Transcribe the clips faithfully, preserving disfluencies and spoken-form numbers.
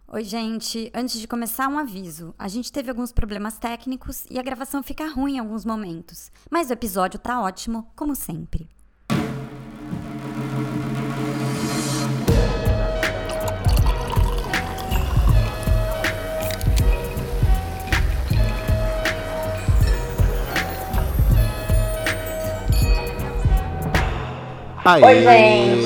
Oi, gente. Antes de começar, um aviso. A gente teve alguns problemas técnicos e a gravação fica ruim em alguns momentos. Mas o episódio tá ótimo, como sempre. Aê. Oi, gente!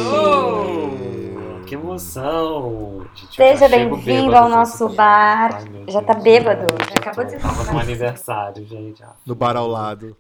Oh, que emoção! Gente, Seja bem-vindo ao nosso bar. Ai, meu Já Deus. tá bêbado? Ai, Já acabou de Tava no falar. aniversário, gente. Ah, No bar ao lado.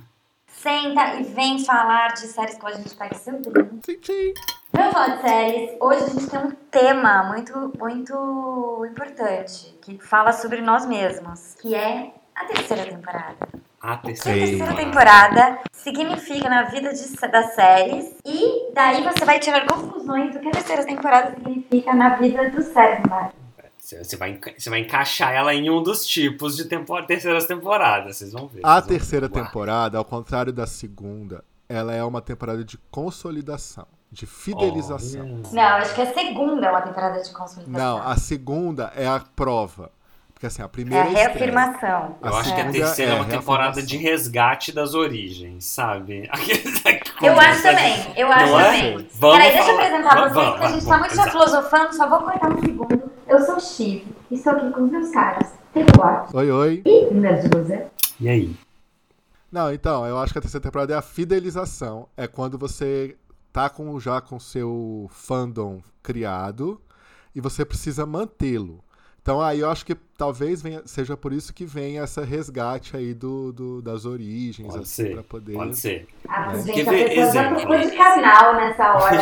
Senta e vem falar de séries que hoje a gente pega seu drink. Tchim, tchim. Vamos falar de séries. Hoje a gente tem um tema muito, muito importante, que fala sobre nós mesmos, que é a terceira temporada. A O que a terceira terceira temporada significa na vida de, das séries, e daí você vai tirar conclusões do que a terceira temporada significa na vida do Sérgio. Você vai, enca- você vai encaixar ela em um dos tipos de tempo- terceiras temporadas, vocês vão ver. A vocês vão terceira ver. Uau. temporada, ao contrário da segunda, ela é uma temporada de consolidação, de fidelização. Olha. Não, acho que a segunda é uma temporada de consolidação. Não, a segunda é a prova. Porque assim, a É a primeira é a estreia. reafirmação. Eu acho que a segunda terceira é uma a temporada de reafirmação. resgate das origens, sabe? Aqueles que Eu acho começa de- também, eu acho Não é? também. Vamos Peraí, deixa eu falar- apresentar vamos- vocês, vamos, porque a gente vamos, tá muito já exato. filosofando, só vou cortar um segundo. Eu sou Chiv, e estou aqui com os meus caras, Teruot Oi, oi. e Nerduza. E aí? Não, então, eu acho que a terceira temporada é a fidelização. É quando você tá com, já com seu fandom criado e você precisa mantê-lo. Então aí eu acho que talvez venha, seja por isso que vem essa resgate aí do, do- das origens, Pode assim, ser, pra poder... pode ser. Ah, Quer gente, a ver pessoa já exemplo? trocou de canal nessa hora.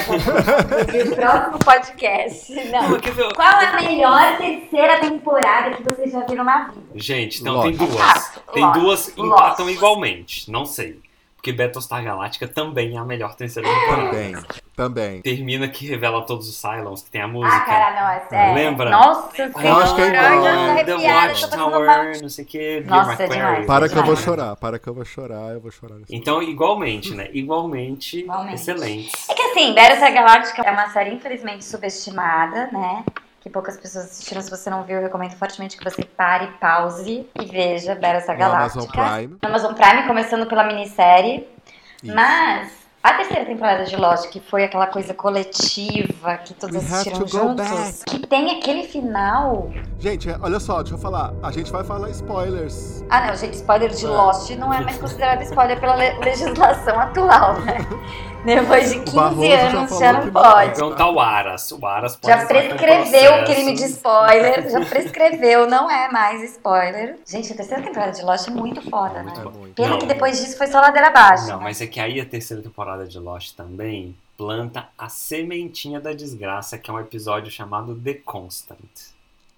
O próximo podcast. Não. Quer ver? Qual é a melhor terceira temporada que vocês já viram na vida? Gente, então Lógico. tem duas. Lógico, Tem lógico, duas que lógico. empatam igualmente. Não sei. Porque Battlestar Galactica também é a melhor terceira temporada. Também, também. Termina que revela todos os Cylons, que tem a música. Ah, cara, não, é sério. Lembra? Nossa Eu acho que é senhora, eu já tô igual. The arrepiada, tô passando mal. Watchtower, não sei o que. Nossa, é demais. Para que eu vou Demais. chorar, para que eu vou chorar, eu vou chorar. Nesse Então, igualmente, né? Igualmente, Igualmente. excelentes. É que assim, Battlestar Galactica é uma série infelizmente subestimada, né? Que poucas pessoas assistiram. Se você não viu, eu recomendo fortemente que você pare, pause e veja Battlestar No Amazon Galactica. Prime. No Amazon Prime, começando pela minissérie. Isso. Mas a terceira temporada de Lost, que foi aquela coisa coletiva, que todos We have assistiram to go juntos, back. que tem aquele final... Gente, olha só, deixa eu falar. A gente vai falar spoilers. Ah, não, gente, spoiler de Lost não é mais considerado spoiler pela le- legislação atual, né? Depois de quinze Barroso já anos falou já não que não pode. Perguntar o Aras. O Aras pode Já estar com prescreveu o processo. crime de spoiler, já prescreveu, não é mais spoiler. Gente, a terceira temporada de Lost é muito foda, né? É muito. Pena Não. que depois disso foi só ladeira abaixo. Não, né? mas é que aí a terceira temporada de Lost também planta a sementinha da desgraça, que é um episódio chamado The Constant.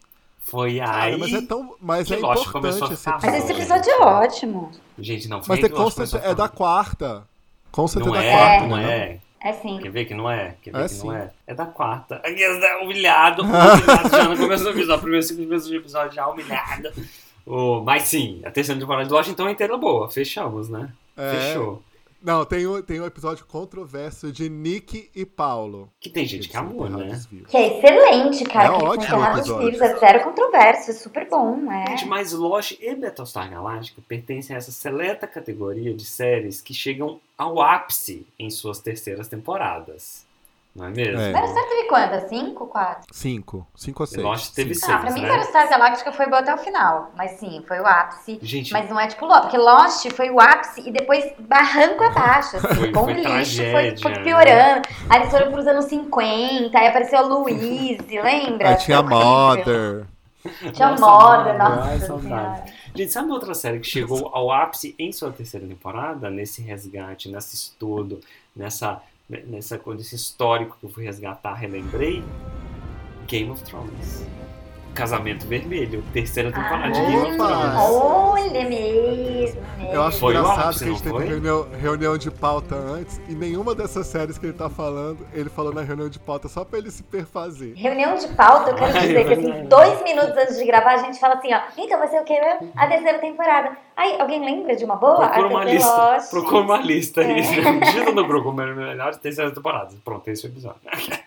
Foi Cara, aí... mas é tão. Mas que é Lost começou a importante esse ficar episódio. Mas esse episódio é ótimo. Gente, não foi Mas aí The que Lost Constant começou a é ficar- da quarta. Constant Não é da é, quarta, não né? é. É sim. Quer ver que não é? Quer ver É que sim. não é? É da quarta. Aqui, humilhado, humilhado já no começo do episódio. Primeiro, segundo minutos do episódio já humilhado. Oh, mas sim, a terceira temporada de Lost então é inteira boa. Fechamos, né? É. Fechou. Não, tem um, tem um episódio controverso de Nick e Paulo. Que tem gente que amou, né? Enterrados Vivos. Que é excelente, cara. É que ótimo são Enterrados episódio. Vivos, é zero controverso, é super bom, né? Gente, mas Lost e Battlestar Galactica pertencem a essa seleta categoria de séries que chegam ao ápice em suas terceiras temporadas. Não é mesmo? É. Battlestar teve quantas? Cinco? Quatro? Cinco. Cinco ou seis. Lost teve Cinco. seis. Ah, pra mim né? Battlestar Galactica foi boa até o final. Mas sim, foi o ápice. Gente, Mas não é tipo Lost, porque Lost foi o ápice e depois barranco abaixo, assim, Foi- com foi lixo, tragédia, foi, foi né? piorando. Aí eles foram pros anos cinquenta, aí apareceu a Louise, lembra? Aí tinha a Foi horrível. Mother. Tinha Nossa, moda, Mother, nossa ai, senhora. saudade. Gente, sabe outra série que chegou ao ápice em sua terceira temporada? Nesse resgate, nesse estudo, nessa, nessa, nesse histórico que eu fui resgatar, relembrei? Game of Thrones. Casamento Vermelho, terceira temporada de Game of Opa! Thrones. Olha mesmo, mesmo. Eu acho Foi o engraçado ápice, que a gente não teve foi? reunião, reunião de pauta antes e nenhuma dessas séries que ele tá falando, ele falou na reunião de pauta só pra ele se perfazer. Reunião de pauta, eu quero Ai, dizer que assim, verdade. dois minutos antes de gravar, a gente fala assim, ó, então vai ser o quê mesmo? A terceira temporada. Aí, alguém lembra de uma boa? Procura a uma T V lista. Lost. Procura uma lista aí. É. Digita no Google melhores terceiras temporadas. Pronto, esse é o episódio.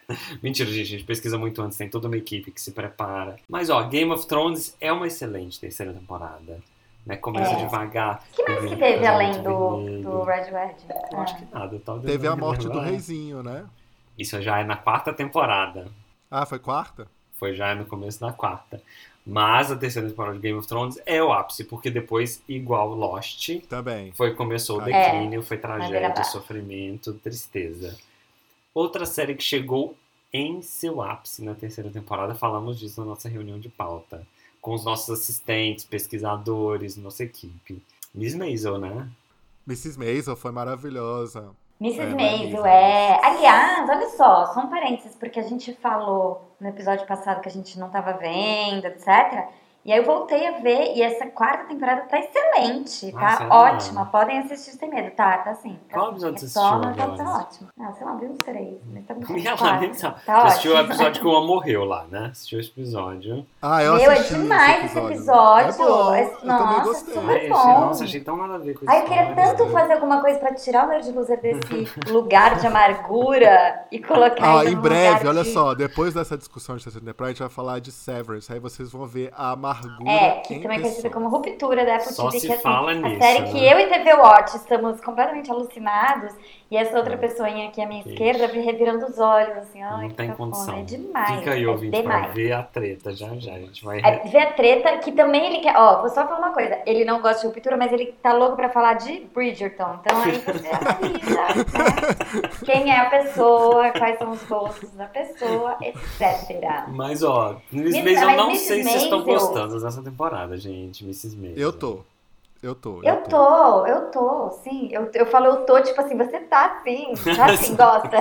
Mentira, gente, a gente pesquisa muito antes, tem toda uma equipe que se prepara. Mas, ó, Game of Thrones é uma excelente terceira temporada. Né? Começa É. devagar. O que mais com que o teve além casamento do, vermelho. do Red Wedding? Eu acho que nada. Tá Teve a morte do rei. reizinho, né? Isso já é na quarta temporada. Ah, foi quarta? Foi já no começo da quarta. Mas a terceira temporada de Game of Thrones é o ápice, porque depois, igual Lost, Também. foi, começou o É. declínio, foi Vai virar tragédia, baixo. sofrimento, tristeza. Outra série que chegou em seu ápice na terceira temporada, falamos disso na nossa reunião de pauta, com os nossos assistentes, pesquisadores, nossa equipe. Miss Maisel, né? missus Maisel foi maravilhosa. missus É, Maisel, Maisel. é. Aliás, olha só, só um parênteses, porque a gente falou no episódio passado que a gente não tava vendo, etcétera. E aí eu voltei a ver, e essa quarta temporada tá excelente, tá Ah, será? ótima. Podem assistir sem medo, tá? Tá sim. Tá Qual sim. episódio É você só, assistiu mas tá, agora? tá ótimo. Ah, sei lá, viu uns três. Mas tá muito Minha lá, quatro. nem sabe. Tá Você assistiu o ótimo. episódio que o Uma morreu lá, né? Assistiu esse episódio. Ah, eu Meu, é assisti demais esse esse episódio. episódio. É bom, É- eu também nossa, gostei. super Ai, achei, bom. nossa, achei tão nada a ver com isso. Ai, eu queria tanto fazer alguma coisa pra tirar o Nerd Loser desse lugar de amargura e colocar Ah, ele em num breve, lugar olha de... só, depois dessa discussão de terceira temporada, a gente vai falar de Severance, aí vocês vão ver a amargura É, que em também é conhecida pessoa. como Ruptura da Apple Só T V, se que assim, fala a nisso, série né? que eu e T V Watch estamos completamente alucinados, e essa outra pessoinha aqui à minha Gente. esquerda revirando os olhos, assim, ai, Não que tem cafona. condição. É demais, Fica aí, é ouvinte, pra demais. ver a treta já já. A gente vai... É, ver a treta, que também ele quer. Ó, vou só falar uma coisa. Ele não gosta de Ruptura, mas ele tá louco pra falar de Bridgerton. Então aí você analisa, né? Quem é a pessoa, quais são os gostos da pessoa, etcétera. Mas, ó, Miss Miss- Maisel, mas não missus sei se vocês estão Maisel- gostando dessa temporada, gente. missus Maisel. Eu tô. Eu tô. Eu tô, eu tô, sim. Eu, eu falo, eu tô, tipo assim, você tá sim, tá sim, gosta.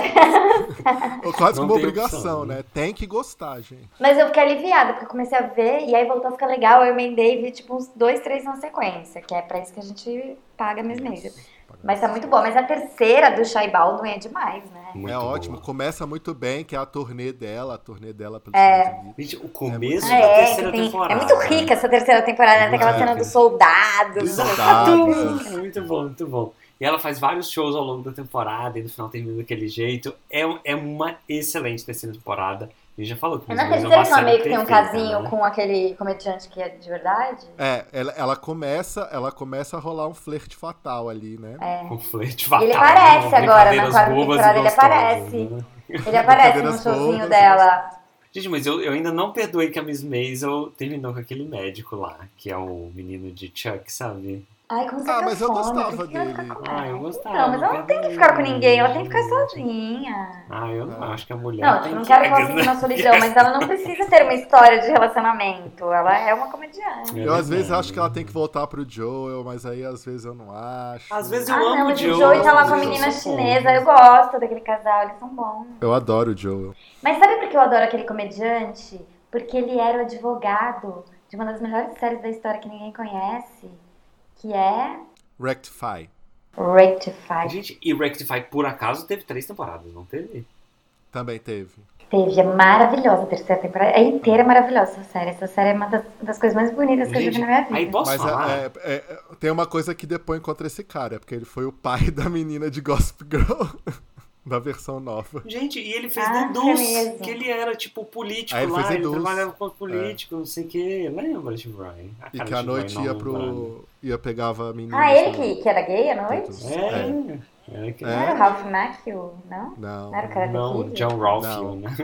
Quase Não como tem obrigação, opção, né? Tem que gostar, gente. Mas eu fiquei aliviada, porque eu comecei a ver e aí voltou a ficar legal. Eu emendei e vi tipo uns dois, três na sequência, que é pra isso que a gente paga mês mesmo. Mas tá muito bom. Mas a terceira do Shai Baldwin é demais, né? Muito é boa. ótimo. Começa muito bem, que é a turnê dela, a turnê dela pelos É. Estados Unidos. Gente, o começo Ah, da é, terceira que tem, temporada. é muito rica essa terceira temporada, né? Tem aquela É. cena dos soldados. Dos né? soldados. É muito bom, muito bom. E ela faz vários shows ao longo da temporada e no final termina daquele jeito. É, um- é uma excelente terceira temporada. A gente já falou que É Miss na Maisel é terceira uma que ela série meio que tem um perfeita, casinho né? com aquele comediante que é de verdade. É, ela, ela começa, ela começa a rolar um flerte fatal ali, né? Com flerte fatal. Ele aparece né? agora na Brincadeiras quarta bobas e temporada, ele gostosas, aparece. né? Ele aparece no Brincadeiras showzinho bobas. dela. Gente, mas eu, eu ainda não perdoei que a Miss Maisel terminou com aquele médico lá, que é o menino de Chuck, sabe? Ai, como você Ah, mas eu cafona, gostava por que ela dele. fica com- Ah, eu gostava. Não, mas ela não tem que ficar com ninguém, ela tem que ficar sozinha. Ah, eu não acho que a mulher Não, tem tipo, não que... quero que ela fique na solidão, mas ela não precisa ter uma história de relacionamento. Ela é uma comediante. É Eu às vezes verdade. acho que ela tem que voltar pro Joel, mas aí às vezes eu não acho. Às vezes eu Ah, amo não, o mas o Joe. Joey tá lá às com a vezes eu menina sou chinesa, contra. eu gosto daquele casal, eles são bons. Eu adoro o Joel. Mas sabe por que eu adoro aquele comediante? Porque ele era o advogado de uma das melhores séries da história que ninguém conhece, que é Rectify. Rectify. Gente, e Rectify, por acaso, teve três temporadas, não teve? Também teve. Teve, é maravilhosa a terceira temporada. É inteira maravilhosa essa série. Essa série é uma das, das coisas mais bonitas que eu já vi na minha vida. aí posso Mas falar? é- é- é- tem uma coisa que depõe contra esse cara, porque ele foi o pai da menina de Gossip Girl, da versão nova. Gente, e ele fez Ah, The é Deuce, mesmo. que ele era, tipo, político Ah, ele lá, fez The ele Deuce. trabalhava com político, não sei o que. Lembra, Steve Ryan? A E cara que à de noite Steve Ryan ia não pro. lembrando. ia pegava a menina. Ah, ele que, que era gay à noite? É, é, que... Não era o Ralph Macchio, não? Não. Não era o cara Não, Kid? John Ralphio, Não. né?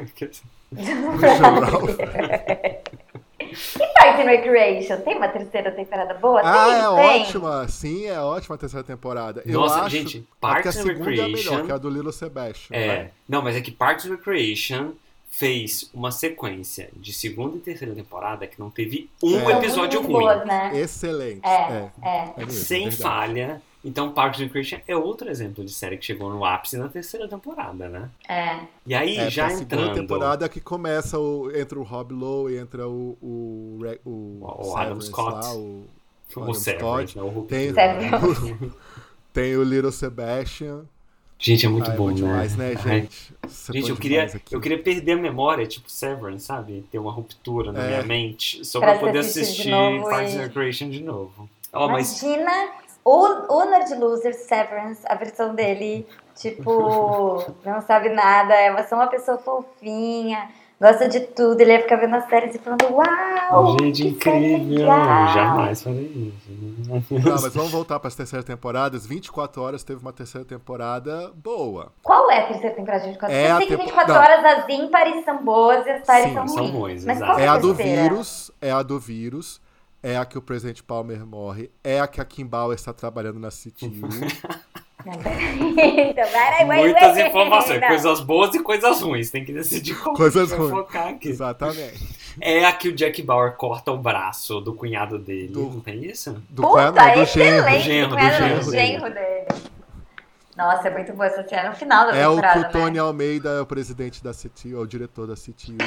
E Parks and Recreation? Tem uma terceira temporada boa? Ah, tem, é tem. ótima. Sim, é ótima a terceira temporada. Eu Nossa, acho gente, acho que Parks a and segunda é a Recreation- melhor, que é a do Little Sebastian. É, né? não, mas é que Parks and Recreation fez uma sequência de segunda e terceira temporada que não teve um É. São episódio muito ruim. boas, né? Excelente. É, É, é. é mesmo, Sem verdade. falha. Então, Parks and Recreation é outro exemplo de série que chegou no ápice na terceira temporada, né? É. E aí, É, já a segunda entrando... temporada que começa o, entra o Rob Lowe, entra o o, Re- o, O Adam Severance Scott. lá, o, O Adam Severance, Scott. né? O Hulk Tem, Severance. tem o Little Sebastian. Gente, é muito Ah, é bom, bom né? demais, né, Ai, gente? Isso é gente, bom eu queria, demais aqui. eu queria perder a memória, tipo Severance, sabe? Ter uma ruptura na É. minha mente, só Pra pra poder você assistir de assistir novo Parks e- and Recreation de novo. Ó, mas Imagina o, o Nerd Loser Severance, a versão dele Tipo, não sabe nada, é só uma pessoa fofinha, gosta de tudo. Ele ia ficar vendo as séries e falando, uau, Gente, que incrível! série legal. Jamais falei isso. Não, mas vamos voltar para as terceiras temporadas. vinte e quatro horas teve uma terceira temporada boa. Qual é a terceira temporada de vinte e quatro? É Eu a sei que tempo- vinte e quatro não. horas as ímpares são boas e as pares Sim, são são ruins. ruins, Mas exato. qual que É a do terceira? vírus, é a do vírus, é a que o presidente Palmer morre, é a que a Kim Bauer está trabalhando na C T U. Não, peraí. Então, peraí, wait, Muitas wait. informações, Não. coisas boas e coisas ruins. Tem que decidir qual Coisas que vai ruins. focar aqui. Exatamente. É a que o Jack Bauer corta o braço do cunhado dele. Do- Não tem isso? Do Puta, qual- não, do genro. excelente. Do genro, Não do era genro do dele. genro dele. Nossa, é muito boa essa cena. No final da É o temporada, que o Tony né? Almeida é o presidente da C T U, é o diretor da C T U.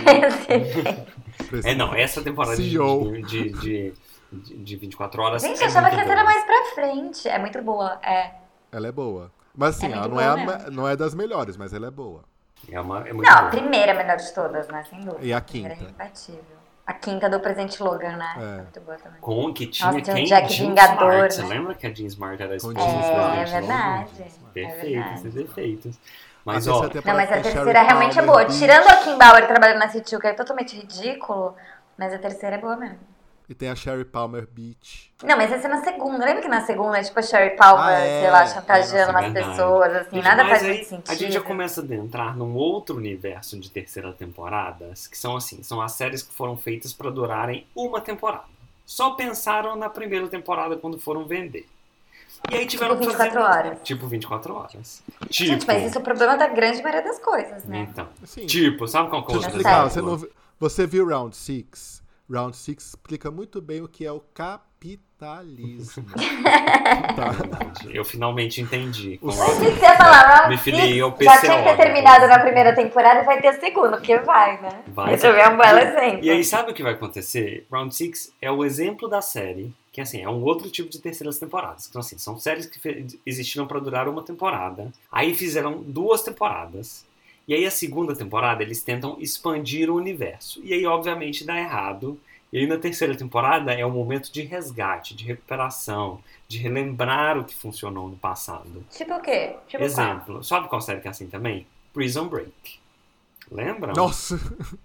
É, não, essa temporada de, C E O. de, de, de, de, de vinte e quatro horas. Gente, é eu achava muito que essa boa. era mais pra frente. É muito boa, é. Ela é boa. Mas assim, É ela muito não é, boa a mesmo. me- não é das melhores, mas ela é boa. É, uma, é muito Não, a boa. primeira é a melhor de todas, né? Sem dúvida. E a primeira quinta? é imbatível. A quinta do Presente Logan, né? É. Muito boa também. Com que tinha Nossa, tinha um quem? Jack Jean Vingador, Smart. Você né? lembra que a Jean Smart era a Com esposa Jean do Smart. É, é presidente verdade. Logan? É Perfeitos, verdade. perfeitos. A Mas, terceira ó, Não, temporada mas a tem terceira Sherry realmente é Palmer, boa. Beach, Tirando a Kim Bauer trabalhando na C T U, que é totalmente ridículo, mas a terceira é boa mesmo. E tem a Sherry Palmer Beach. Não, mas essa é na segunda. Lembra que na segunda, tipo, a Sherry Palmer, Ah, é. sei lá, É, chantageando nossa, umas verdade. pessoas, assim, Gente, nada mas faz aí muito sentido. A gente já começa a adentrar num outro universo de terceira temporadas, que são assim, são as séries que foram feitas para durarem uma temporada. Só pensaram na primeira temporada quando foram vender. E aí tiveram Tipo que fazer... vinte e quatro horas. Tipo vinte e quatro horas. Tipo... Gente, mas isso é o problema da grande maioria das coisas, né? Então, Assim, tipo, sabe qual que é o deixa eu outro explicar. exemplo? Você, não, vi- você viu Round six? Round six explica muito bem o que é o capitalismo. Tá? Eu finalmente entendi. O como- Eu achei que você ia falar Round Me filiei ao Six, já tinha que P C O, ter terminado na primeira temporada e vai ter a segunda, porque vai, né? Vai. Esse é um belo exemplo. E aí, sabe o que vai acontecer? Round six é o exemplo da série, que assim, é um outro tipo de terceiras temporadas. Então, assim, são séries que fe- existiram para durar uma temporada. Aí fizeram duas temporadas. E aí, a segunda temporada, eles tentam expandir o universo. E aí, obviamente, dá errado. E aí, na terceira temporada, é um momento de resgate, de recuperação, de relembrar o que funcionou no passado. Tipo o quê? Tipo qual? Exemplo. Sabe qual série que é assim também? Prison Break. Lembram? Nossa!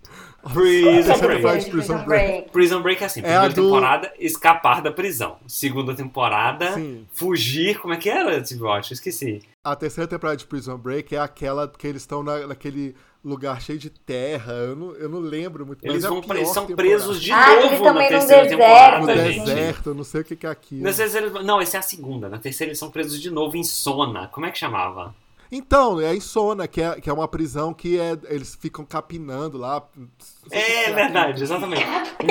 Prison Você Break. faz Prison Break. Prison Break é assim, É primeira a do- temporada, escapar da prisão. Segunda temporada, Sim. fugir, como é que era, Tibote? Eu esqueci. A terceira temporada de Prison Break é aquela que eles estão na, naquele lugar cheio de terra. Eu não, eu não lembro muito. Eles, mas é a vão pra, pior eles são temporada. presos de Ah, eles novo estão na meio num terceira deserto, temporada, No assim. gente. deserto, eu não sei o que que é aquilo. Na terceira- não, essa é a segunda. Na terceira eles são presos de novo em Sona. Como é que chamava? Então, é a Insona, que é, que é uma prisão que é, eles ficam capinando lá. Não sei o que que É é verdade, exatamente.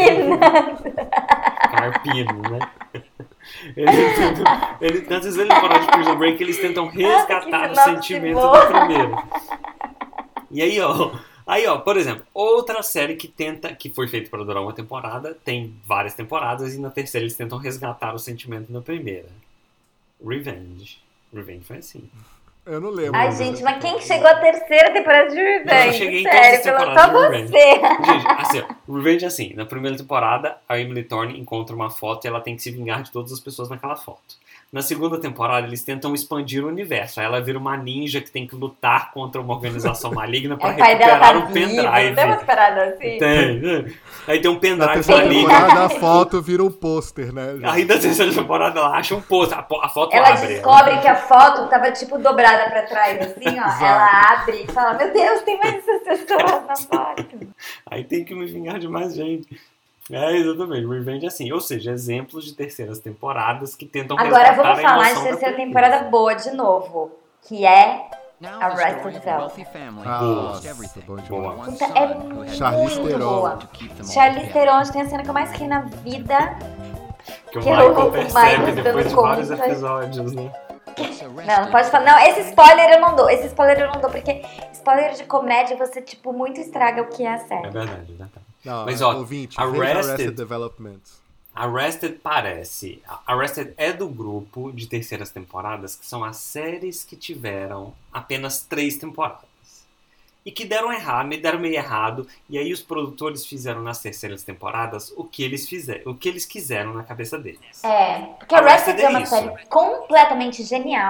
Carpino, né? Eles tentam, ele, na terceira temporada de Prison Break, eles tentam resgatar que o sinopse sentimento boa. do primeiro. E aí, ó, aí, ó, por exemplo, outra série que tenta, que foi feita para durar uma temporada, tem várias temporadas, e na terceira eles tentam resgatar o sentimento da primeira. Revenge. Revenge foi assim. Eu não lembro. Ai, gente, mas quem chegou à terceira temporada de Revenge? Eu cheguei em Sério, todas as pelo- temporadas só de Revenge. você. Gente, assim, ó, Revenge é assim, na primeira temporada, a Emily Thorne encontra uma foto e ela tem que se vingar de todas as pessoas naquela foto. Na segunda temporada, eles tentam expandir o universo. Aí ela vira uma ninja que tem que lutar contra uma organização maligna pra É, o pai dela recuperar tá um vivo, pendrive. tem umas paradas assim. Tem, né? Aí tem um Na pendrive terceira maligno. temporada, a foto vira um pôster, né? Aí na terceira temporada ela acha um post, a, po- a foto Ela abre. descobre que a foto tava, tipo, dobrada pra trás, assim, ó. Ela abre e fala, meu Deus, tem mais essas pessoas na foto. Aí tem que me vingar de mais gente. É, exatamente. Revenge é assim. Ou seja, exemplos de terceiras temporadas que tentam Agora resgatar vamos a falar de emoção da terceira primeira. temporada boa de novo, que é Now Arrested the story of a Development. wealthy family Ah, who nossa, lost everything. bom but demais. one Puta, son é who had Charlize muito Theron. boa. to keep them all Charlize together. Theron tem a cena que eu mais ri na vida. Que o que é Michael o percebe Michael se depois dando de vários conta. episódios, né? Não, não pode falar. Não, esse spoiler eu não dou. Esse spoiler eu não dou, porque spoiler de comédia você, tipo, muito estraga o que é a É série. verdade, né? Não, Mas, é, ó, ouvinte, Arrested- veja Arrested Development. Arrested parece. Arrested é do grupo de terceiras temporadas que são as séries que tiveram apenas três temporadas. E que deram errado, me deram meio errado. E aí os produtores fizeram nas terceiras temporadas o que eles fizeram, o que eles quiseram na cabeça deles. É, porque Arrested Arrested é é uma isso. série completamente genial.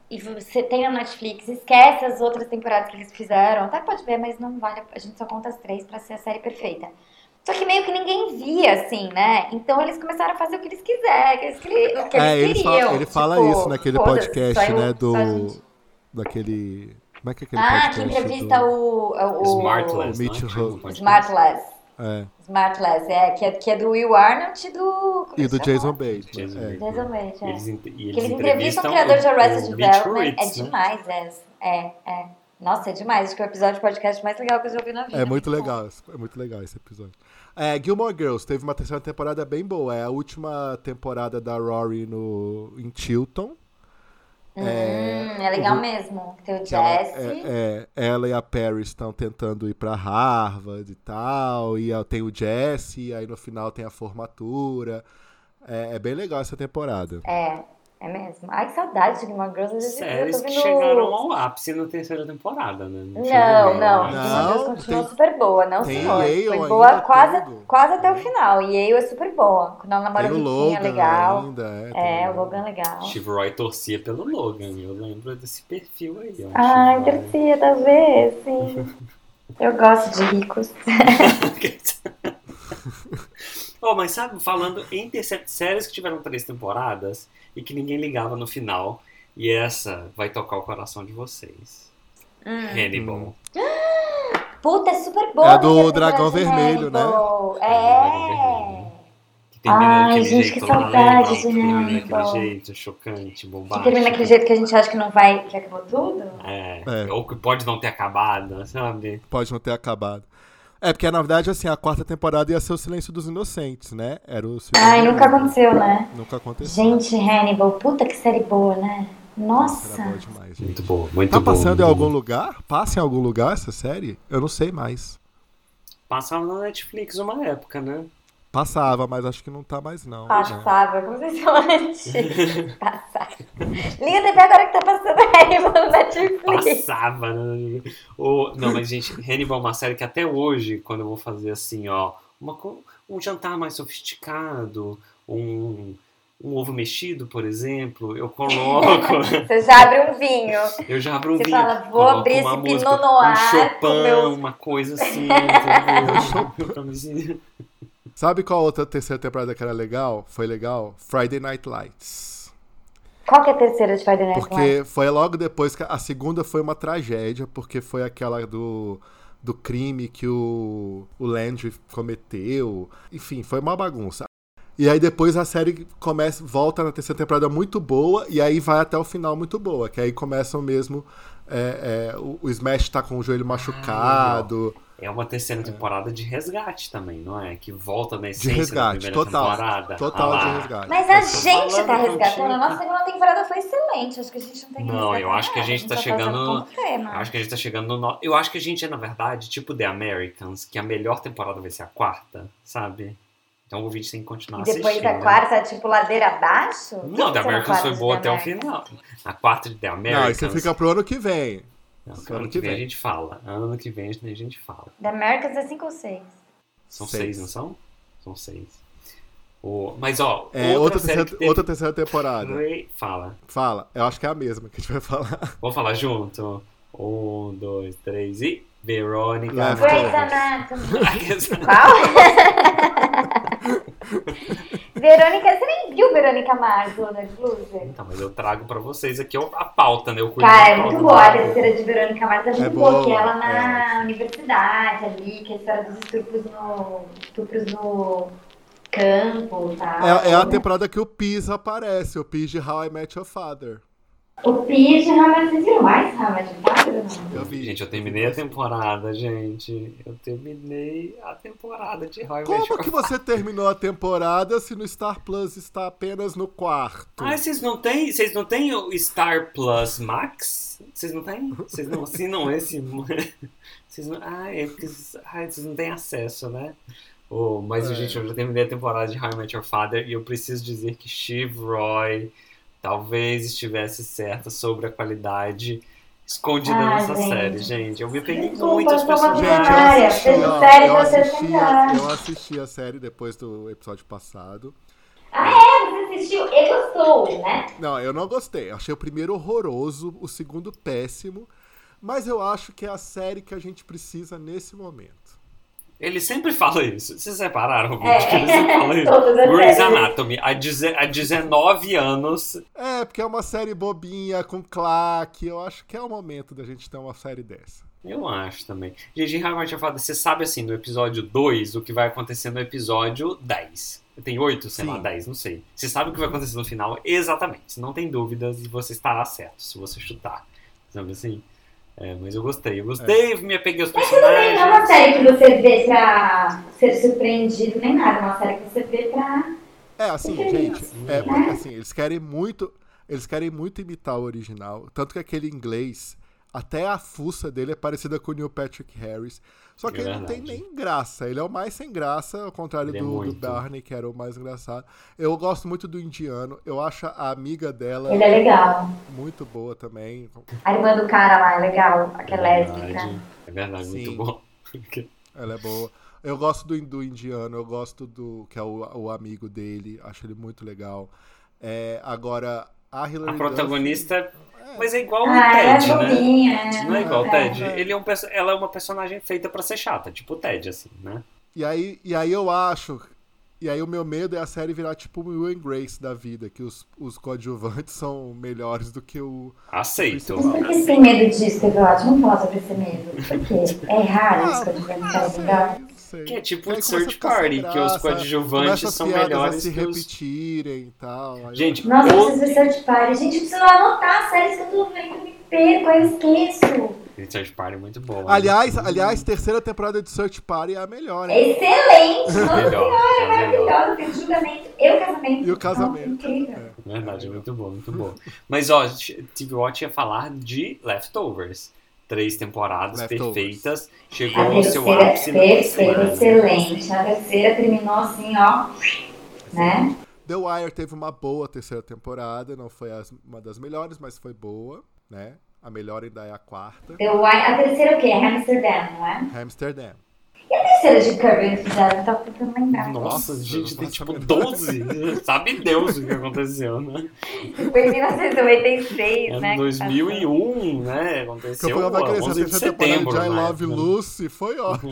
e você tem na Netflix, esquece as outras temporadas que eles fizeram. Até pode ver, mas não vale. A gente só conta as três pra ser a série perfeita. Só que meio que ninguém via, assim, né? Então eles começaram a fazer o que eles quiserem, o que eles, queri- o que É, eles ele queriam. fala, ele fala Tipo, isso naquele foda-se, podcast, só eu- né, só do... a gente. Daquele... Como é que é aquele Ah, podcast? que entrevista do... o, o, o Smartless, Mitch não é? Hu- Tipo, Smartless. É, Smartless, é, que é, que é do Will Arnett e do... como e é do que chama? Jason Bateman. Jason é. Bateman. Jason Bateman, é. Eles, ent- e Que eles eles entrevistam entrevistam o criador de o- Arrested o Mitch Development. Ritz, É né? demais, é. É, é. Nossa, é demais. Acho que é o episódio de podcast mais legal que eu já ouvi na vida. É muito bom. legal, é muito legal esse episódio. É, Gilmore Girls teve uma terceira temporada bem boa. É a última temporada da Rory no, em Chilton. Hum, é legal o- mesmo. Tem o que ela, Jesse. é, é, ela e a Paris estão tentando ir pra Harvard e tal. E tem o Jesse, aí no final tem a formatura. É, é bem legal essa temporada. É, é mesmo. Ai, que saudade de Gilmore Girls. Eu já- eu Séries tô que vendo- chegaram ao ápice na terceira temporada, né? Não, tinha não. meio, Não, né? Gilmore Girls Não, continua tem- super boa, não tem senhor. Yale Foi ainda, boa quase, tudo. quase até o final. E Yale é super boa. Quando ela namora Tem o o Riquinho, é Logan legal. ainda. É, tem É, o Logan é legal. Steve Roy torcia pelo Logan, eu lembro desse perfil aí. ó, Ai, Steve Roy. torcia, talvez, sim. Eu gosto de ricos. Oh, mas sabe, falando em terce- séries que tiveram três temporadas e que ninguém ligava no final, e essa vai tocar o coração de vocês. Hum. Hannibal. Puta, é super boa. É a do essa temporada Dragão de Vermelho, né? Hannibal. É, do Dragão Vermelho. É. Que termina Ai, daquele gente, jeito que lá, saudade lembra? de Que termina daquele Hannibal. jeito chocante, Que bombástico. termina daquele jeito que a gente acha que não vai, que acabou tudo. É, É. ou que pode não ter acabado, sabe? Pode não ter acabado. É, porque na verdade, assim, a quarta temporada ia ser o Silêncio dos Inocentes, né? Era o segundo Ai, nunca livro. aconteceu, né? Nunca aconteceu. Gente, Hannibal, puta que série boa, né? Era Nossa. boa demais, gente. Muito bom, muito Tá bom. passando muito em bom. algum lugar? Passa em algum lugar essa série? Eu não sei mais. Passava na Netflix uma época, né? Passava, mas acho que não tá mais não. Passava, como vocês falam antes. Passava. Liga a T V agora que tá passando Hannibal no Netflix. Passava, né? O, não, mas gente, Hannibal é uma série que até hoje, quando eu vou fazer assim, ó, uma, co- um jantar mais sofisticado, um, um ovo mexido, por exemplo, eu coloco, Você já abre um vinho. eu já abro um Você vinho, fala, vou coloco abrir uma esse música, Pinot Noir um Chopin, com meus- uma coisa assim, entendeu? Pra me- Sabe qual outra terceira temporada que era legal? Foi legal? Friday Night Lights. Qual que é a terceira de Friday Night Lights? Porque foi logo depois que a segunda foi uma tragédia, porque foi aquela do, do crime que o, o Landry cometeu. Enfim, foi uma bagunça. E aí depois a série começa, volta na terceira temporada muito boa, e aí vai até o final muito boa, que aí começam mesmo. é, é, o, o Smash tá com o joelho machucado. É uma terceira temporada de resgate também, não é? Que volta na De essência da resgate, primeira total. temporada. Total Ah de lá. resgate. Mas a tô gente falando, tá não resgatando. tinha- A nossa segunda temporada foi excelente. Acho que a gente não tem que Não, resgatar eu acho que a nada, gente tá só chegando fazendo no- como tema. Eu acho que a gente tá chegando no. no- Eu acho que a gente é, na verdade, tipo The Americans, que a melhor temporada vai ser a quarta, sabe? Então o ouvinte tem que continuar E depois assistindo. da quarta, tipo, ladeira abaixo? Não, The Será Americans quarta foi de boa The até o Americans? final. A quarta de The Não, Americans. isso fica pro ano que vem. Não, Isso ano que vem a gente fala. Ano que vem a gente fala. The Americans é cinco ou seis? São Seis. seis, não são? São seis. O... Mas, ó, É, outra, outra, série terceira, que teve... outra terceira temporada. Foi- Fala. Fala, eu acho que é a mesma que a gente vai falar. Vamos falar junto? Um, dois, três e... Verônica Left Grey's Leftovers. Anatomy. Qual? Verônica, você nem viu Verônica Mars, Dona Loser? Então, mas eu trago pra vocês aqui a pauta, né? Eu cuido Cara, da é pauta muito do boa a lado. terceira de Verônica Mars, é muito É boa, boa, que ela na é. universidade ali, que é a história dos estupros no, estupros no campo e tal. É, é a né? temporada que o Piz aparece, o Piz de How I Met Your Father. O Pidge, realmente, vocês viram mais Hamlet de Padre ou não? Eu vi. Gente, eu terminei a temporada, gente. Eu terminei a temporada de How I Met Como Your que você terminou a temporada se no Star Plus está apenas no quarto? Ah, vocês não têm, vocês não têm o Star Plus Max? Vocês não têm? Vocês não assinam esse? Vocês não, ah, é porque vocês, ah, vocês não têm acesso, né? Oh, mas, É. gente, eu já terminei a temporada de How I Met Your Father e eu preciso dizer que Steve Roy talvez estivesse certa sobre a qualidade escondida Ah, nessa gente. série, gente. Eu me peguei Desculpa, muitas eu sou uma pessoas. Gente, eu Área, assisti, fez ó, série eu de você assisti, a, sentar. eu assisti a série depois do episódio passado. Ah, é? Você assistiu e gostou, né? Não, eu não gostei. Achei o primeiro horroroso, o segundo péssimo. Mas eu acho que é a série que a gente precisa nesse momento. Ele sempre fala isso. Vocês repararam? É. Que ele sempre fala isso. Todas as Grey's séries. Anatomy, há, deze- há dezenove anos. É, porque é uma série bobinha, com claque. Eu acho que é o momento da gente ter uma série dessa. Eu acho também. Gigi realmente tinha falado, você sabe assim, do episódio dois, o que vai acontecer no episódio dez. Tem oito, sei Sim. lá, dez, não sei. Você sabe o que vai acontecer no final, exatamente. Não tem dúvidas e você estará certo, se você chutar. Sabe assim? É, mas eu gostei, eu gostei, É. me apeguei aos Mas tudo bem, não é uma personagens. série que você vê pra ser surpreendido nem nada. É uma série que você vê pra... É, assim, Entendi. gente, é, porque, assim, eles querem muito, eles querem muito imitar o original, tanto que aquele inglês, até a fuça dele é parecida com o Neil Patrick Harris, só que É ele não tem verdade. nem graça, ele é o mais sem graça, ao contrário Ele é do, do muito. Barney, que era o mais engraçado. Eu gosto muito do indiano, eu acho a amiga dela Ele é legal. muito boa também. A irmã do cara lá é legal. Aquela É lésbica. verdade, é verdade, muito Sim. bom. Ela é boa. Eu gosto do, do indiano, eu gosto do que é o, o amigo dele, acho ele muito legal. É, agora, a Hilary A protagonista, Duff, é, mas é igual o Ah, ela é Ted, né? bobinha. Não é igual o É. Ted. Ele é um, perso- ela é uma personagem feita pra ser chata, tipo o Ted, assim, né? E aí, e aí eu acho. E aí o meu medo é a série virar tipo o Will and Grace da vida, que os, os coadjuvantes são melhores do que o. Aceito. Mas por que você tem medo disso, Teviote? Vamos falar sobre esse medo. Por quê? É errado isso que eu tô dizendo, não cara, sei, legal? não sei. Que é tipo Aí o começa a Search ficar sem Party, que os graça, coadjuvantes começa as são piadas melhores a se que os... repetirem e tal. aí Gente, eu- Nossa, eu Ou- preciso ver Search Party. Gente, eu preciso anotar as séries que eu tô vendo, eu me perco, eu esqueço. Search Party é muito bom. né? Aliás, aliás, terceira temporada de Search Party é a melhor, hein? Excelente! Nossa Melhor, senhora, é melhor. maravilhosa. Tem o julgamento e o casamento. E o casamento. Nossa, incrível. Verdade, é muito bom, muito bom. Mas, ó, T V Watch ia falar de Leftovers. Três temporadas Leftovers. perfeitas. Chegou A ao seu terceira, ápice na perfeita, terceira. excelente. A terceira terminou assim, ó. Né? The Wire teve uma boa terceira temporada, não foi as- uma das melhores, mas foi boa, né? A melhor ainda é a quarta. The Wire, a terceira é o quê? Amsterdam, não é? Amsterdam. E a terceira de Kirby eles fizeram? Eu tava tentando lembrar. Nossa, Nossa, gente, eu tem não tipo faço a doze. Sabe Deus o que aconteceu, né? Foi em mil novecentos e noventa e seis, É né? que dois mil e passou. um, né? Que eu Aconteceu fui lá crescer a onze de terceira temporada setembro. de I na Love época. Lucy, foi ótimo.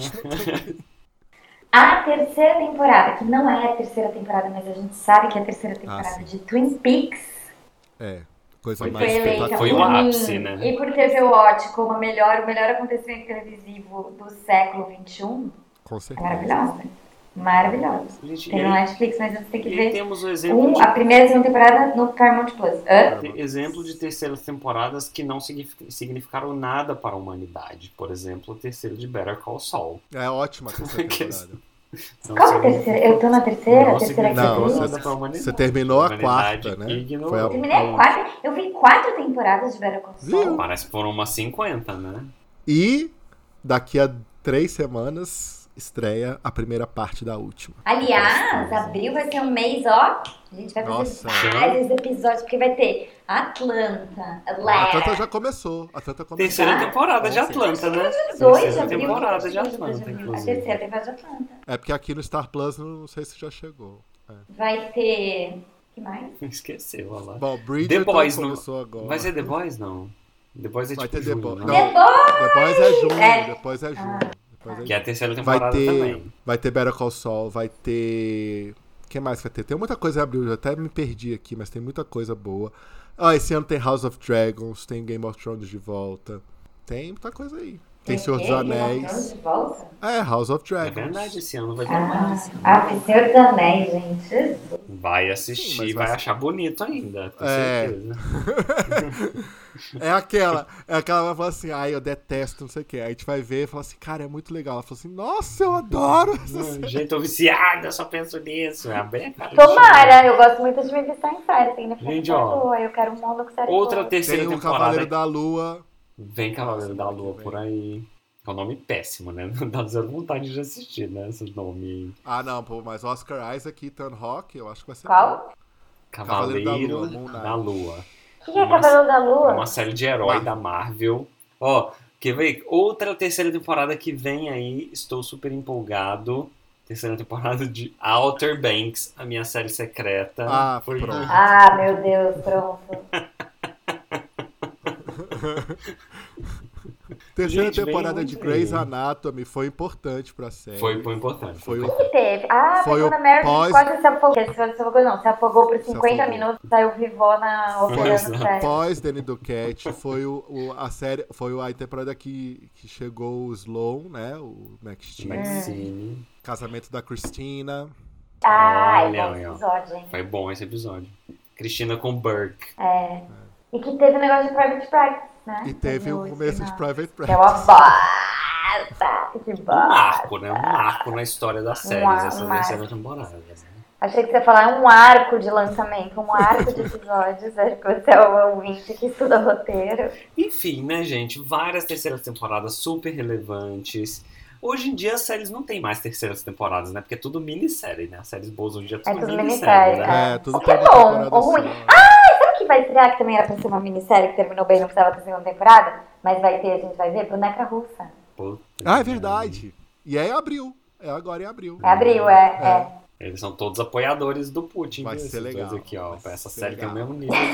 A terceira temporada, que não é a terceira temporada, mas a gente sabe que é a terceira temporada sim. de Twin Peaks, É, coisa Foi mais foi eleita espetacular. Foi por o mim ápice, né? e por T V Watch como a melhor, o melhor acontecimento televisivo do século vinte e um. Com É certeza. maravilhosa. Maravilhosa. Gente, Tem e no aí, Netflix, mas você tem que e aí ver temos o exemplo um, de a primeira e a segunda temporada no Paramount Plus. Hã? Tem exemplo de terceiras temporadas que não signific- significaram nada para a humanidade. Por exemplo, o terceiro de Better Call Saul. É ótima a terceira Que- temporada. Não Qual é a significa- terceira? Eu tô na terceira? Não A terceira que Não, você significa viu? nada para a humanidade. Você terminou a humanidade quarta, né? ignorou. Foi a- Terminei a quarta. Eu vi quatro temporadas de Better Call Saul. Viu? Parece que foram umas cinquenta, né? E daqui a três semanas estreia a primeira parte da última. Aliás, abril vai ser um mês, ó. A gente vai fazer Nossa. vários episódios, porque vai ter Atlanta, A Atlanta. Atlanta já começou. A Atlanta começou. Terceira temporada de Com certeza. Atlanta, né? dois de Terceira abril. temporada de dois de Atlanta, abril. A inclusive. terceira temporada de Atlanta. É porque aqui no Star Plus não sei se já chegou. É. Vai ter... O que mais? Esqueceu, olha lá. Bom, Bridgerton The Boys não- começou agora. Vai ser The Boys, não? The Boys é Vai tipo ter The junho, Boys. né? Não. The Boys! Depois é junho, É. depois é junho. Depois é Que é a junho. terceira Vai temporada ter, também. vai ter Better Call Saul, vai ter... O que mais vai ter? Tem muita coisa em abril, eu até me perdi aqui, mas tem muita coisa boa. Ah, esse ano tem House of Dragons, tem Game of Thrones de volta. Tem muita coisa aí. Tem Senhor dos Game of Thrones Anéis. de volta? É, House of É Dragons. verdade, esse ano vai ter Ah, mais. ah, Senhor dos Anéis, gente. Jesus. Vai Sim, assistir, mas vai vai- achar bonito ainda, com É. certeza. É aquela, é aquela que vai falar assim, ai, eu detesto, não sei o que. Aí a gente vai ver e fala assim, cara, é muito legal. Ela fala assim, nossa, eu adoro essa série. Gente, tô viciada, só penso nisso. É bem a cara de Tomara, eu gosto muito de me visitar em série. Tem na Gente, frente ó, boa, eu quero um mundo com série Outra boa. terceira Tem o temporada. Cavaleiro da Lua. Vem Cavaleiro da Nossa, Lua que por vem. aí. É um nome péssimo, né? Não dá zero vontade de assistir, né? Esse nome. Ah, não, pô, mas Oscar Isaac e Ethan Hawke, eu acho que vai ser bom. Qual? Cavaleiro, Cavaleiro da Lua, Moon Knight. da Lua. O que, que é Uma- Cavaleiro da É Lua? uma série de herói Marvel. da Marvel. Ó, quer ver? Outra terceira temporada que vem aí. Estou super empolgado. terceira temporada de Outer Banks, a minha série secreta. Ah, foi pronto. Ah, meu Deus, pronto. Terceira Gente, temporada vem de muito Grey's bem. Anatomy foi importante pra série. Foi, foi importante. Foi O o que teve? Ah, Foi pegou o na Meredith, pós- quase se afogou. Se afogou não, se afogou por Se cinquenta afogou. minutos, saiu vivona operando Exato. o sério. pós Danny Duquette, foi o, o- a série, foi a temporada que, que chegou o Sloan, né, o Max Steel, Maxine. casamento da Christina. Ai, Olha, bom olha. episódio, hein? Foi bom esse episódio. Cristina com Burke. É. E que teve o negócio de Private Practice, né? E teve o no começo de final. Private Que é uma Practice. bosta! Que Um bosta! marco, né? Um marco na história das séries, ar- essa um terceira marco. temporada. Né? Achei que você ia falar um arco de lançamento, um arco de episódios. Acho que você é o ouvinte que estuda roteiro. Enfim, né, gente? Várias terceiras temporadas super relevantes. Hoje em dia as séries não tem mais terceiras temporadas, né? Porque é tudo minissérie, né? As séries boas hoje em dia É tudo tudo minissérie, minissérie, né? É, tudo O que tem é uma bom temporada ou ruim? só. Sabe que vai estrear que também era pra ser uma minissérie que terminou bem, não precisava ter segunda temporada? Mas vai ter, a gente vai ver, Boneca Russa. Puta Ah, é que verdade. E é em abril. É agora em abril. É abril, é. é. Eles são todos apoiadores do Putin. Vai viu, ser esses dois legal, Aqui, ó. vai Essa ser série tem o legal. mesmo nível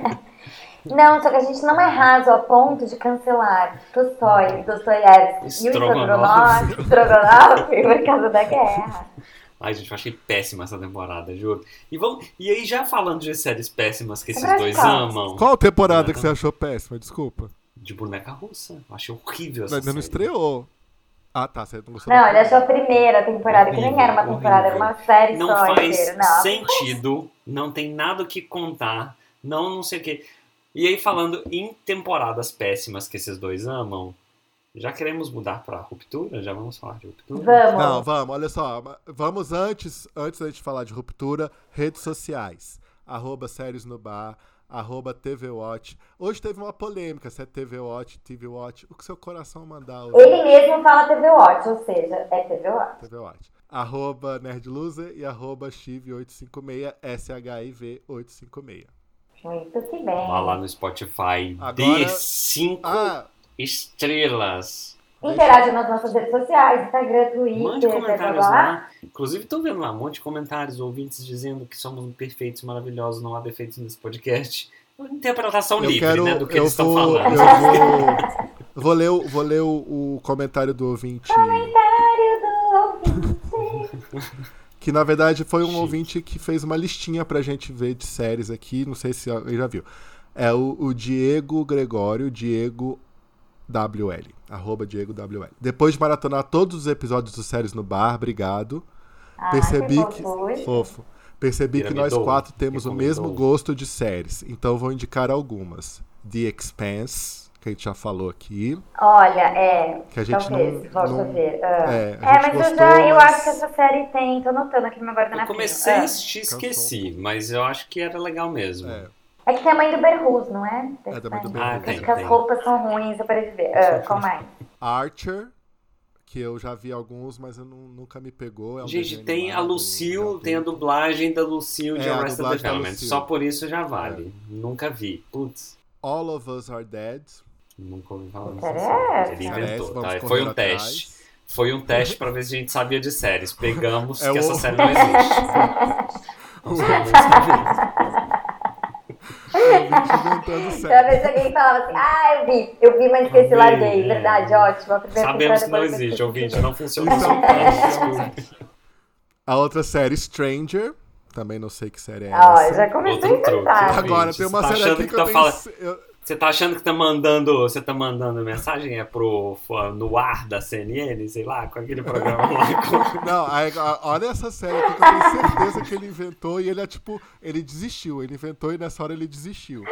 de... Não, só que a gente não é raso a ponto de cancelar Tolstói, Dostoiévski e o Strogonoff. Strogonoff, Strogonoff por causa da guerra. Ai, gente, eu achei péssima essa temporada, juro. E, vamos... e aí, já falando de séries péssimas que esses Pra dois qual? amam, Qual temporada que você achou péssima? Desculpa. de Boneca Russa. Eu achei horrível essa Ainda não série. estreou. Ah, tá. Você não gostou Não, da ele achou a primeira temporada, que nem Horrível, era uma temporada, era uma série Não só faz inteira. Não, sentido, não tem nada o que contar, não não sei o que. E aí, falando em temporadas péssimas que esses dois amam, já queremos mudar pra Ruptura? Já vamos falar de Ruptura? Vamos. Não, vamos, olha só. Vamos antes, antes da gente falar de Ruptura, redes sociais. Arroba Séries no Bar, arroba T V Watch. Hoje teve uma polêmica, se é T V Watch, T V Watch. O que seu coração mandar hoje? Ele mesmo fala T V Watch, ou seja, é T V Watch. T V Watch. Arroba Nerdloser e arroba Chiv oito cinco seis, S H I V oito cinco seis. Muito que bem. Vá lá no Spotify, Agora- dê cinco Ah, estrelas. Interage nas nossas redes sociais, Instagram, Twitter, Mande comentários blá, blá, blá. lá. Inclusive, tô vendo lá um monte de comentários, ouvintes dizendo que somos perfeitos, maravilhosos, não há defeitos nesse podcast. Interpretação eu livre, quero. né, do que eu eles estão vou, falando. eu vou. eu vou ler, o- vou ler o, o comentário do ouvinte. Comentário do ouvinte. Que na verdade foi um Chique. ouvinte que fez uma listinha pra gente ver de séries aqui. Não sei se alguém já viu. É o, o Diego Gregório, Diego W L. Arroba Diego W L. Depois de maratonar todos os episódios do Séries no Bar, obrigado. Ah, Percebi que que. fofura. Fofo. Percebi que nós Piramidou. quatro temos o Recomendou. mesmo gosto de séries. Então vou indicar algumas. The Expanse, que a gente já falou aqui. Olha, é. Que a gente talvez, não- volte não- a ver. Ah. é, a É, gente mas eu gostou, já. Eu mas- acho que essa série tem. Tô anotando aqui no meu guardanapo. Eu comecei a Ah. assistir e esqueci, mas eu acho que era legal mesmo. É, É que tem a mãe do Berruz, não é? É, da mãe do Ah, Berruz. tem, Acho que as tem. roupas são ruins, eu parei de ver. Ah, qual mais? Archer, que eu já vi alguns, mas eu não- nunca me pegou. É um Gente, desenho tem a animado, Lucille, já tem a dublagem da Lucille de É, a Arrested dublagem da Development. Lucille. Só por isso já vale. Nunca vi. Putz, All of Us Are Dead. nunca ouvi falar dessa Interessa. série. Ele Parece, inventou, vamos tá? correr Foi um atrás. teste. Foi um teste pra ver se a gente sabia de séries. Pegamos É que o- essa série não existe. Nossa, não existe. Inventando Toda série. vez que alguém falava assim, ah, eu vi, eu vi, mas esqueci, Amei. larguei. Verdade, ótimo. A primeira Sabemos que temporada não depois eu existe, esqueci. ouvinte. Não funciona Isso assim. é um teste, desculpa. A outra série, Stranger. Também não sei que série é Ó, essa. já comecei Outro a truque. inventar. Agora Gente, tem uma você tá série achando aqui que que, tá eu tenho... fala- eu- Você tá achando que tá mandando, você tá mandando mensagem é pro no ar da C N N, sei lá, com aquele programa lá. com- Não, aí, ó, olha essa série aqui que eu tenho certeza que ele inventou e ele é tipo, ele desistiu, ele inventou e nessa hora ele desistiu.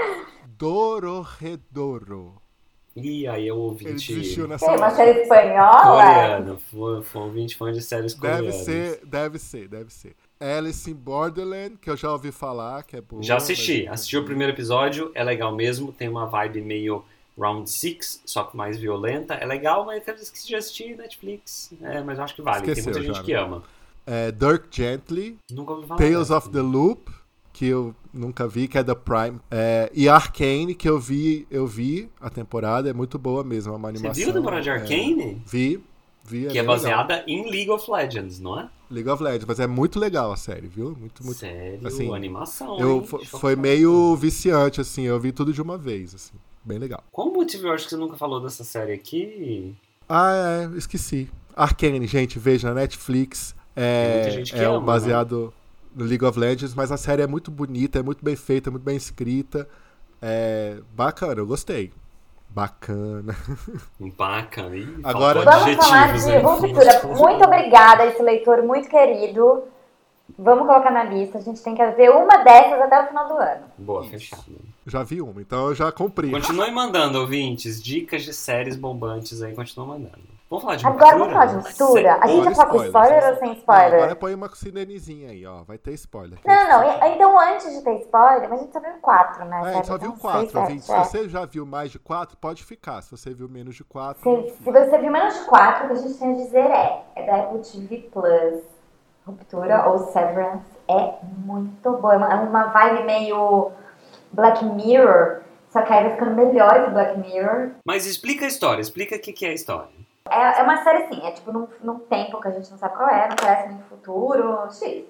Dororedoro. Ih, aí eu ouvi Ele desistiu nessa Tem uma hora. série espanhola? coreano. Foi, foi um vinte fã de séries coreanas. Deve ser, deve ser, deve ser. Alice in Borderland, que eu já ouvi falar, que é boa. Já assisti, mas eu assisti o não vi. primeiro episódio, é legal mesmo, tem uma vibe meio Round Six, só que mais violenta. É legal, mas eu esqueci de assistir Netflix. É, mas eu acho que vale, Esqueceu tem muita gente já, que né? ama. É, Dirk Gently, Nunca ouvi falar. Tales dessa. of the Loop, que eu nunca vi, que é da Prime. É, e Arcane, que eu vi, eu vi a temporada, é muito boa mesmo, é uma Você animação. viu a temporada de é, Arcane? vi, Vi, Que é legal. baseada em League of Legends, não é? League of Legends, mas é muito legal a série, viu? Muito, muito. Sério, assim, animação, eu, hein? fo- Chocante. Foi meio viciante, assim, eu vi tudo de uma vez, assim. Bem legal. Qual o motivo eu acho que você nunca falou dessa série aqui? Ah, é, esqueci. Arcane, gente, veja na Netflix. Tem É, muita gente que é ama, um baseado no League of Legends, mas a série é muito bonita, é muito bem feita, é muito bem escrita. É bacana, eu gostei. Bacana. Bacana. Ih, Agora- faltou Vamos falar adjetivos, de hein? ruptura. Muito obrigada a esse leitor muito querido. Vamos colocar na lista. A gente tem que ver uma dessas até o final do ano. Boa, fechado. Já vi uma, então eu já cumpri. Continue mandando, ouvintes, dicas de séries bombantes aí, continua mandando. Vamos falar de Agora ruptura? vamos falar de ruptura. A gente vai falar com spoiler ou sem Não, spoiler? agora põe uma sirenezinha aí, ó. Vai ter spoiler. Não, não. e- Então, antes de ter spoiler, mas a gente só viu quatro, né? É, a Sério, gente só viu então, quatro, seis, ouvinte. Se sete, é. você já viu mais de quatro, pode ficar. Se você viu menos de quatro. Se, se você viu menos de quatro, o que a gente tem a dizer é, é da Apple T V Plus, Ruptura ou Severance, é muito boa. É uma, é uma vibe meio Black Mirror, só que aí vai ficando melhor que Black Mirror. Mas explica a história, explica o que que é a história. É, é uma série assim, é tipo num, num tempo que a gente não sabe qual é, não parece no futuro, X.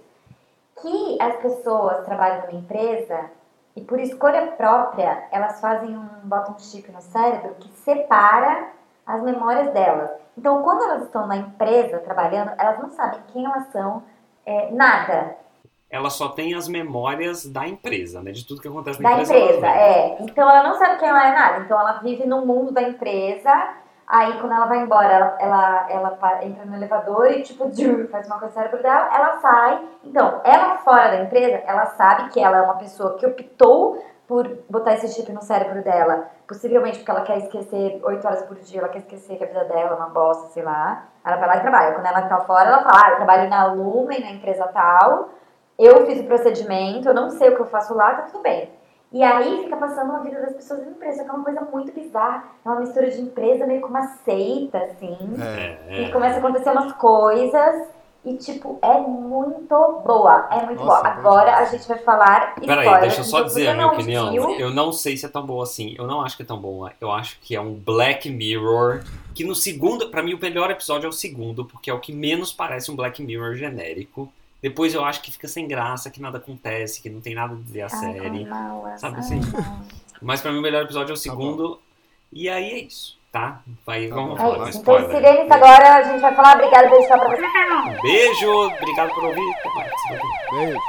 Que as pessoas trabalham numa empresa e por escolha própria, elas fazem um, botam um chip no cérebro que separa as memórias delas. Então, quando elas estão na empresa trabalhando, elas não sabem quem elas são, é, nada Ela só tem as memórias da empresa, né? De tudo que acontece na da empresa. empresa. ela lembra. É. Então, ela não sabe quem ela é, nada. Então, ela vive no mundo da empresa. Aí, quando ela vai embora, ela, ela, ela pa- entra no elevador e, tipo, faz uma coisa no cérebro dela, ela sai. Então, ela fora da empresa, ela sabe que ela é uma pessoa que optou por botar esse chip no cérebro dela. Possivelmente porque ela quer esquecer oito horas por dia, ela quer esquecer que a vida dela é uma bosta, sei lá. Ela vai lá e trabalha. Quando ela tá fora, ela fala, ah, eu trabalho na Lumen, na empresa tal, eu fiz o procedimento, eu não sei o que eu faço lá, tá tudo bem. E aí fica passando a vida das pessoas na empresa, que é uma coisa muito bizarra. É uma mistura de empresa meio com uma seita, assim. É. É, E começa a acontecer umas coisas e, tipo, é muito boa. É muito Nossa, boa. bom Agora demais. a gente vai falar spoiler. Peraí, deixa eu só Então, dizer você a minha não opinião. viu, Eu não sei se é tão boa assim. Eu não acho que é tão boa. Eu acho que é um Black Mirror. Que no segundo, pra mim, o melhor episódio é o segundo, porque é o que menos parece um Black Mirror genérico. Depois eu acho que fica sem graça, que nada acontece, que não tem nada a dizer a Ai, série. mala, Sabe ai, assim? mala. Mas pra mim o melhor episódio é o Tá segundo. E aí é isso, tá? Vai, Tá vamos bom. falar É com isso. Então, spoiler. Sirenes, agora a gente vai falar. Obrigada, beijo pra você. Um beijo, obrigado por ouvir. Até mais. Beijo.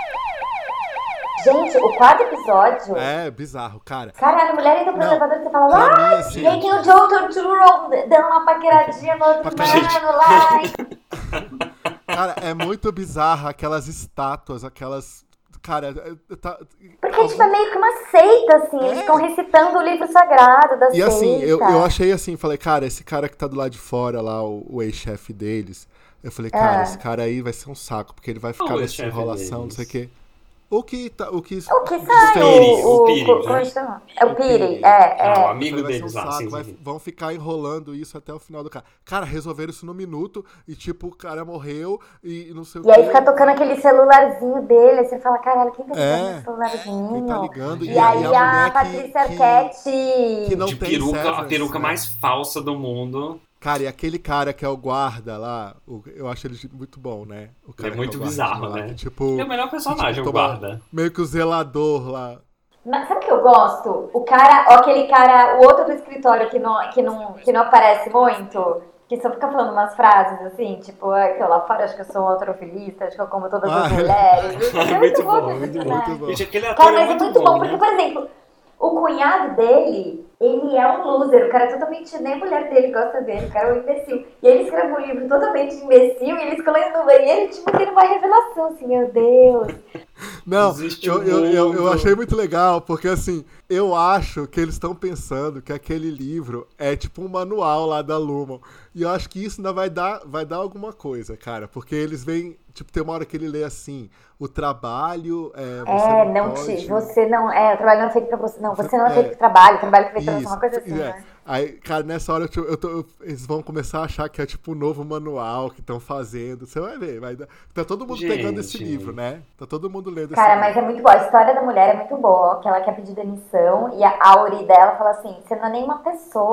Gente, o quarto episódio. É bizarro, cara. Caralho, a mulher entra pro Não, elevador e você fala, pra ah! mim, assim- E aí tem o Joe Turturro dando uma paqueradinha no outro Paqueradinha. mano lá. e- Cara, é muito bizarro aquelas estátuas, aquelas. Cara, é- tá. Porque, tipo, é meio que uma seita, assim. Eles É. estão recitando o livro sagrado da E seita. assim, eu, eu achei assim, falei, cara, esse cara que tá do lado de fora lá, o, o ex-chefe deles, eu falei, cara, Ah. esse cara aí vai ser um saco, porque ele vai ficar Qual o nessa ex-chefe enrolação, não deles? sei o quê. O que tá. O que, O que sai, Piri, o... o o, Piri, como né? é que chama? É o O Piri, Piri. é, Ah, o é. amigo Eu falei, vai deles ser um lá, saco, sim, vai- sim. vão ficar enrolando isso até o final do cara. Cara, resolveram isso no minuto e tipo, o cara morreu e não sei o E aí quê. fica tocando aquele celularzinho dele, aí você fala, caralho, quem tá É. ligando esse celularzinho? Quem tá ligando? E, aí a, mulher que- Patrícia que- Arquette... que não De tem peruca, a Severance, peruca né? mais falsa do mundo. Cara, e aquele cara que é o guarda lá, o- eu acho ele muito bom, né? O cara É que muito o guarda bizarro, lá, né? que, tipo, Ele é o melhor personagem, tipo, o toma- guarda. meio que o zelador lá. Mas sabe o que eu gosto? O cara, ó, aquele cara, o outro do escritório que não, que não, que não aparece muito, que só fica falando umas frases assim, tipo, "Ai, que eu lá fora acho que eu sou um autorofilista, acho que eu como todas as Ah, mulheres. É muito, Muito bom, bom, esse muito bom. personagem. bom. Gente, aquele ator Cara, mas é muito, bom, porque, né? por exemplo, o cunhado dele, ele é um loser, o cara é totalmente, nem a mulher dele gosta dele, o cara é um imbecil. E ele escreve um livro totalmente imbecil e ele escolhendo no banheiro, tipo, tendo uma revelação, assim, meu Deus. Não, Existe eu, um eu, eu, eu mundo. achei muito legal, porque assim, eu acho que eles estão pensando que aquele livro é tipo um manual lá da Lumon. E eu acho que isso ainda vai dar, vai dar alguma coisa, cara. Porque eles vêm, tipo, tem uma hora que ele lê assim, o trabalho é. Você É, não, não pode... te, você não, é, o trabalho não é feito pra você, não, você não é É. feito pro trabalho, o trabalho é feito pra você, Isso, uma coisa assim, é. né? Aí, cara, nessa hora eu, tô- eu tô- eu- eles vão começar a achar que é tipo um novo manual que estão fazendo. Você vai ver, vai dar. Tá todo mundo pegando esse Gente. livro, né? Tá todo mundo lendo Cara, esse mas é muito boa, a história da mulher é muito boa, que ela quer pedir demissão e a Auri dela fala assim, você não é nem uma pessoa,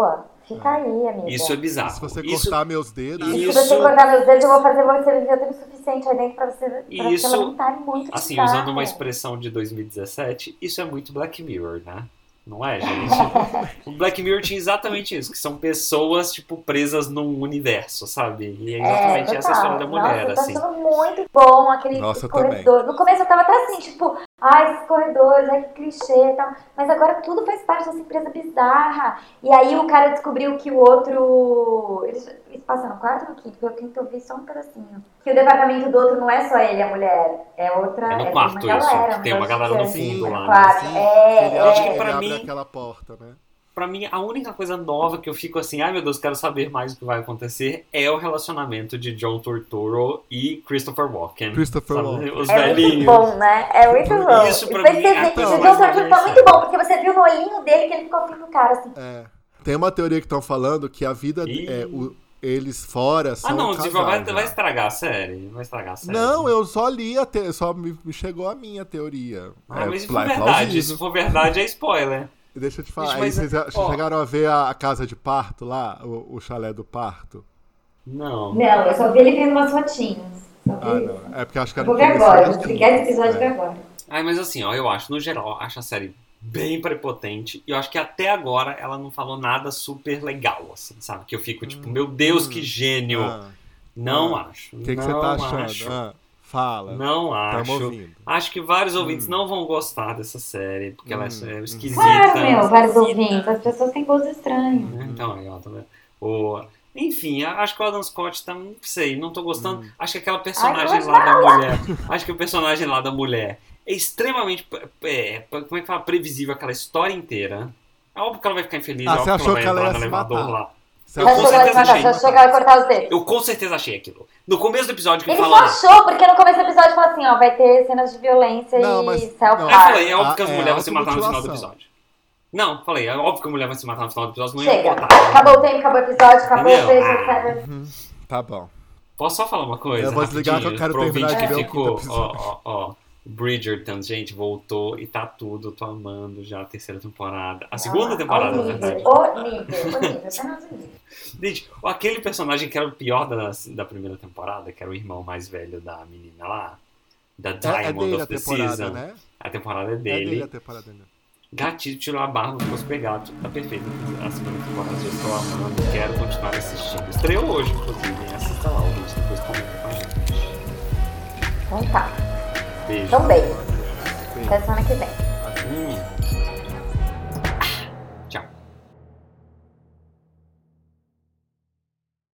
Fica aí, amiga. Isso é bizarro. Se você isso, cortar meus dedos... E isso, se você cortar meus dedos, eu vou fazer você viver o tempo suficiente aí dentro pra você, pra isso, você lamentar muito. assim, bizarro. usando uma expressão de dois mil e dezessete, isso é muito Black Mirror, né? Não é, gente? O Black Mirror tinha exatamente isso, que são pessoas, tipo, presas num universo, sabe? E é exatamente é, essa a história da mulher, Nossa, assim. tá sendo muito bom aquele Nossa, corredor. também. No começo eu tava até assim, tipo, ai, esses corredores, ai, que clichê e tal. Mas agora tudo faz parte dessa empresa bizarra. E aí o cara descobriu que o outro... Eles, eles passam no quarto ou no quinto? Porque eu quinto eu vi só um pedacinho. Que o departamento do outro não é só ele, a mulher. É outra... É no é quarto uma isso, galera, que tem uma galera no sim, fundo é lá, né? quarto. Sim, É, ele é, abre, que ele pra abre mim- aquela porta, né? Pra mim, a única coisa nova que eu fico assim, ai meu Deus, quero saber mais o que vai acontecer, é o relacionamento de John Turturro e Christopher Walken. Christopher sabe? Walken. Os É velhinhos. muito bom, né? É muito bom. Isso pra E mim você é a vê- coisa o mais John Turturro tá legal. muito bom, porque você viu no olhinho dele que ele ficou afim do cara, assim. É. Tem uma teoria que estão falando que a vida... Ih. É, o- eles fora são Ah não, um tipo, casal vai, já. vai estragar a série. Vai estragar a série. Não, eu só li a te... só me me chegou a minha teoria. Ah, é, mas se for pla- verdade, plausível. se for verdade é spoiler. Deixa eu te falar, Gente, aí mas, vocês já- ó. chegaram a ver a, a casa de parto lá, o, o chalé do parto? Não. Não, eu só vi ele vendo umas fotinhas. Só vi Ah, isso. não. É porque acho que Eu era vou no ver começo agora, do vou desligar esse quinto. episódio É. agora. Ai, mas assim, ó, eu acho, no geral, acho a série bem prepotente. E eu acho que até agora ela não falou nada super legal, assim, sabe? Que eu fico tipo, meu Deus, que gênio. Ah, Não ah. acho. O que, que não você tá achando? Acho. Ah, fala. Não Tamo acho. ouvindo. Acho que vários ouvintes Hum. não vão gostar dessa série, porque ela é, Hum. é esquisita. Claro, meu, vários esquisita. ouvintes. As pessoas têm gostos estranhos. Né? Então, aí, ó, tá vendo? O... Enfim, a- acho que o Adam Scott tá. Não sei, não tô gostando. Hum. Acho que aquela personagem Ai, lá da mulher. Acho que o personagem lá da mulher é extremamente. É, como é que fala? Previsível aquela história inteira. É óbvio que ela vai ficar infeliz, Ah, é você óbvio que achou ela que vai ela entrar ia no se elevador matar? lá. Você Eu Você com achou que ela ia certeza matar, achei. você achou que ela ia cortar os dedos. Eu com certeza achei aquilo. No começo do episódio que Ele ele só fala. achou, porque no começo do episódio fala assim, ó, vai ter cenas de violência Não, e mas- self não. Aí eu harm. falei, é óbvio que as Ah, é mulheres vão se matar no final do automutilação. episódio. Não, falei, é óbvio que a mulher vai se matar no final do episódio, não ia Chega, botar. acabou o tempo, acabou o episódio, acabou Entendeu? o beijo, Ah. etcétera. Tá bom. Posso só falar uma coisa? Eu vou desligar rapidinho, que eu quero pro terminar ouvinte de que ver o ficou, quinto ó, episódio. ó, ó. Bridgerton, gente, voltou e tá tudo. Tô amando já a terceira temporada. A segunda Ah, temporada, o na nível, verdade. O nível, o nível, apenas o nível. Gente, aquele personagem que era o pior da, da primeira temporada, que era o irmão mais velho da menina lá, da É, Diamond é dele a of the temporada, Season. né? A temporada é É dele dele. a temporada dele. Gatilho, tirou a barba, ficou super gato. Tá perfeito. A segunda temporada já estou amando, quero continuar assistindo. Estreou hoje, inclusive. Assista lá, ouvinte, depois comenta com a gente. Então tá. Beijo. Então beijo. Beijo. Até semana que vem. Hum.